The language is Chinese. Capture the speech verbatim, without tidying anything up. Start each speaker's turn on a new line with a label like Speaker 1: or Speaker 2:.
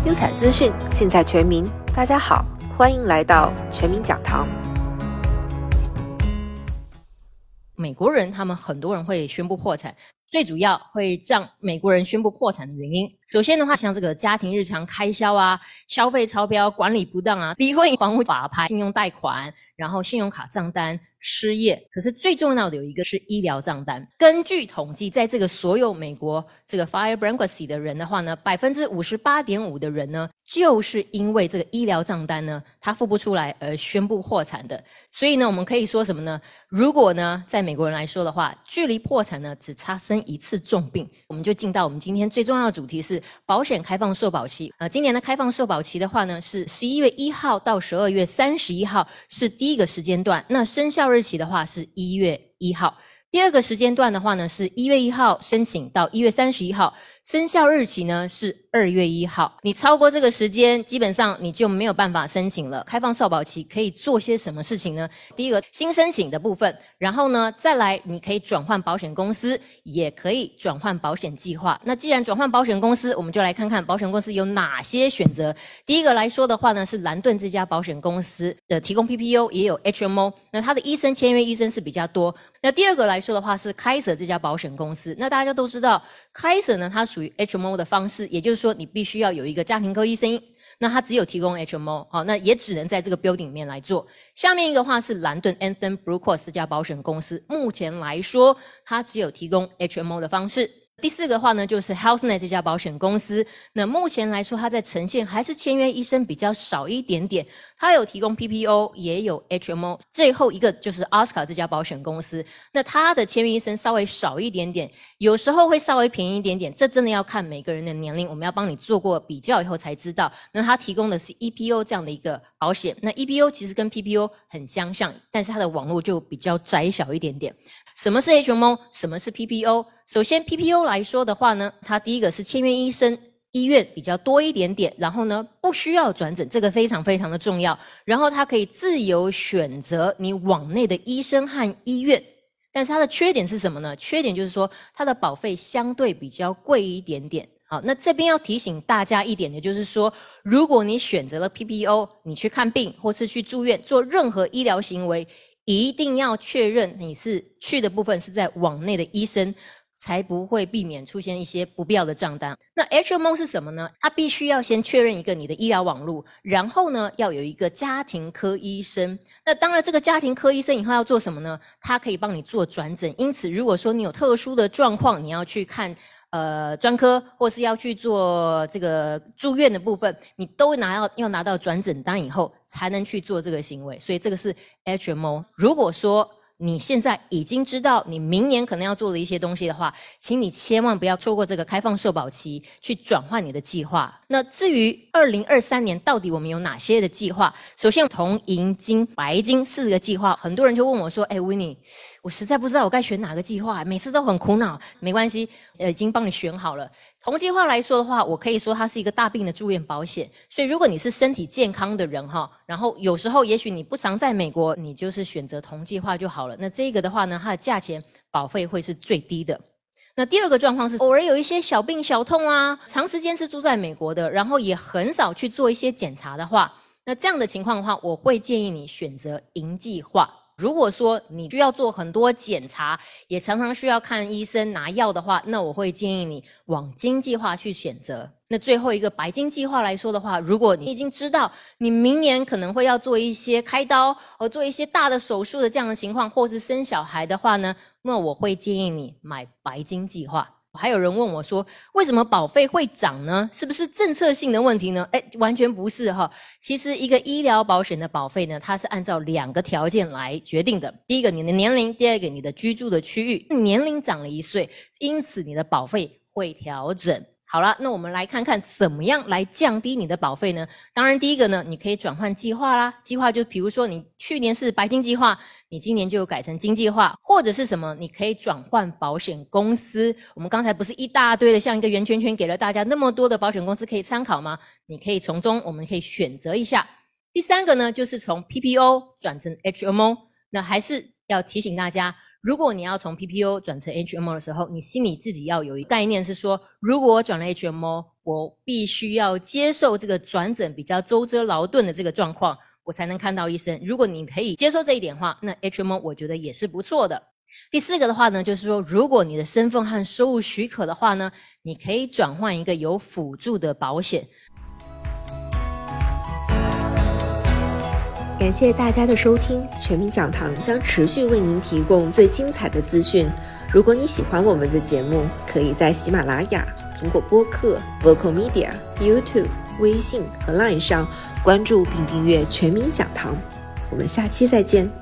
Speaker 1: 精彩资讯，尽在全民。大家好，欢迎来到全民讲堂。
Speaker 2: 美国人他们很多人会宣布破产，最主要会让美国人宣布破产的原因，首先的话，像这个家庭日常开销啊、消费超标、管理不当啊、离婚、房屋法拍、信用贷款，然后信用卡账单、失业。可是最重要的有一个是医疗账单。根据统计，在这个所有美国这个 fire bankruptcy 的人的话呢 ，百分之五十八点五 的人呢，就是因为这个医疗账单呢，他付不出来而宣布破产的。所以呢，我们可以说什么呢？如果呢，在美国人来说的话，距离破产呢，只差生一次重病。我们就进到我们今天最重要的主题是保险开放受保期。呃，今年的开放受保期的话呢，是十一月一号到十二月三十一号是第一个时间段，那生效日期的话是一月一号。第二个时间段的话呢，是一月一号申请到一月三十一号，生效日期呢是二月一号。你超过这个时间，基本上你就没有办法申请了。开放受保期可以做些什么事情呢？第一个，新申请的部分，然后呢，再来你可以转换保险公司，也可以转换保险计划。那既然转换保险公司，我们就来看看保险公司有哪些选择。第一个来说的话呢，是蓝顿这家保险公司的提供 P P O， 也有 H M O， 那它的医生签约医生是比较多。那第二个来说的话是开舍这家保险公司，那大家都知道开舍呢，它属于 H M O 的方式，也就是说你必须要有一个家庭科医生，那它只有提供 H M O， 好，那也只能在这个 building 里面来做。下面一个话是蓝顿 Anthem Blue Cross 这家保险公司，目前来说它只有提供 H M O 的方式。第四个话呢，就是 HealthNet 这家保险公司，那目前来说它在呈现还是签约医生比较少一点点，它有提供 P P O 也有 H M O。 最后一个就是 Oscar 这家保险公司，那它的签约医生稍微少一点点，有时候会稍微便宜一点点，这真的要看每个人的年龄，我们要帮你做过比较以后才知道。那它提供的是 E P O 这样的一个保险，那 E P O 其实跟 P P O 很相像，但是它的网络就比较窄小一点点。什么是 H M O， 什么是 P P O？ 首先 P P O 来说的话呢，它第一个是签约医生医院比较多一点点，然后呢不需要转诊，这个非常非常的重要。然后它可以自由选择你往内的医生和医院，但是它的缺点是什么呢？缺点就是说它的保费相对比较贵一点点。好，那这边要提醒大家一点的就是说，如果你选择了 P P O， 你去看病或是去住院做任何医疗行为，一定要确认你是去的部分是在往内的医生，才不会避免出现一些不必要的账单。那 H M O 是什么呢？它必须要先确认一个你的医疗网路，然后呢要有一个家庭科医生。那当然这个家庭科医生以后要做什么呢？它可以帮你做转诊，因此如果说你有特殊的状况，你要去看呃专科，或是要去做这个住院的部分，你都拿要要拿到转诊单以后才能去做这个行为，所以这个是 H M O。 如果说你现在已经知道你明年可能要做的一些东西的话，请你千万不要错过这个开放受保期去转换你的计划。那至于二零二三年到底我们有哪些的计划，首先铜银金白金四个计划，很多人就问我说，诶 Winnie， 我实在不知道我该选哪个计划，每次都很苦恼。没关系，呃，已经帮你选好了。铜计划来说的话，我可以说它是一个大病的住院保险，所以如果你是身体健康的人哈，然后有时候也许你不常在美国，你就是选择铜计划就好了。那这个的话呢，它的价钱保费会是最低的。那第二个状况是偶尔有一些小病小痛啊，长时间是住在美国的，然后也很少去做一些检查的话，那这样的情况的话，我会建议你选择银计划。如果说你需要做很多检查，也常常需要看医生拿药的话，那我会建议你往金计划去选择。那最后一个白金计划来说的话，如果你已经知道你明年可能会要做一些开刀或做一些大的手术的这样的情况，或是生小孩的话呢，那我会建议你买白金计划。还有人问我说，为什么保费会涨呢？是不是政策性的问题呢？诶，完全不是哈。其实一个医疗保险的保费呢，它是按照两个条件来决定的。第一个你的年龄，第二个你的居住的区域。年龄长了一岁，因此你的保费会调整。好了，那我们来看看怎么样来降低你的保费呢？当然第一个呢，你可以转换计划啦。计划就比如说你去年是白金计划，你今年就改成金计划，或者是什么，你可以转换保险公司。我们刚才不是一大堆的像一个圆圈圈给了大家那么多的保险公司可以参考吗？你可以从中我们可以选择一下。第三个呢，就是从 P P O 转成 H M O。那还是要提醒大家， 如果你要从 P P O 转成 H M O 的时候，你心里自己要有一个概念是说，如果我转了 H M O， 我必须要接受这个转诊比较舟车劳顿的这个状况，我才能看到医生。如果你可以接受这一点的话，那 H M O 我觉得也是不错的。第四个的话呢，就是说如果你的身份和收入许可的话呢，你可以转换一个有辅助的保险。
Speaker 1: 感谢大家的收听，全民讲堂将持续为您提供最精彩的资讯。如果你喜欢我们的节目，可以在喜马拉雅、苹果播客、Vocal Media、YouTube、微信和 Line 上关注并订阅全民讲堂。我们下期再见。